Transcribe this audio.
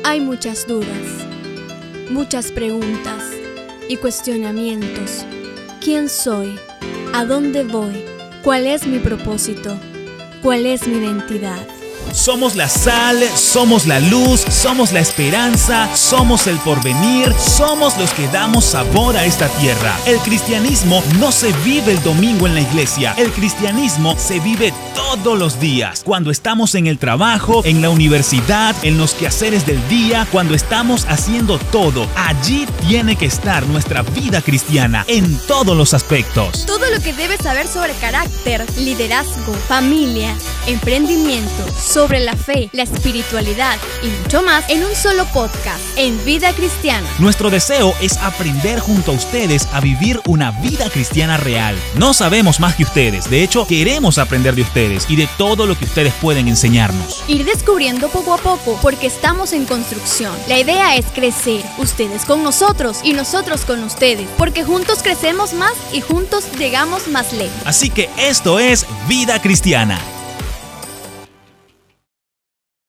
Hay muchas dudas, muchas preguntas y cuestionamientos. ¿Quién soy? ¿A dónde voy? ¿Cuál es mi propósito? ¿Cuál es mi identidad? Somos la sal, somos la luz, somos la esperanza, somos el porvenir, somos los que damos sabor a esta tierra. El cristianismo no se vive el domingo en la iglesia, el cristianismo se vive todos los días. Cuando estamos en el trabajo, en la universidad, en los quehaceres del día, cuando estamos haciendo todo, allí tiene que estar nuestra vida cristiana en todos los aspectos. Todo lo que debes saber sobre carácter, liderazgo, familia, emprendimiento, sobre la fe, la espiritualidad y mucho más en un solo podcast, en Vida Cristiana. Nuestro deseo es aprender junto a ustedes a vivir una vida cristiana real. No sabemos más que ustedes, de hecho queremos aprender de ustedes y de todo lo que ustedes pueden enseñarnos. Ir descubriendo poco a poco porque estamos en construcción. La idea es crecer, ustedes con nosotros y nosotros con ustedes, porque juntos crecemos más y juntos llegamos más lejos. Así que esto es Vida Cristiana.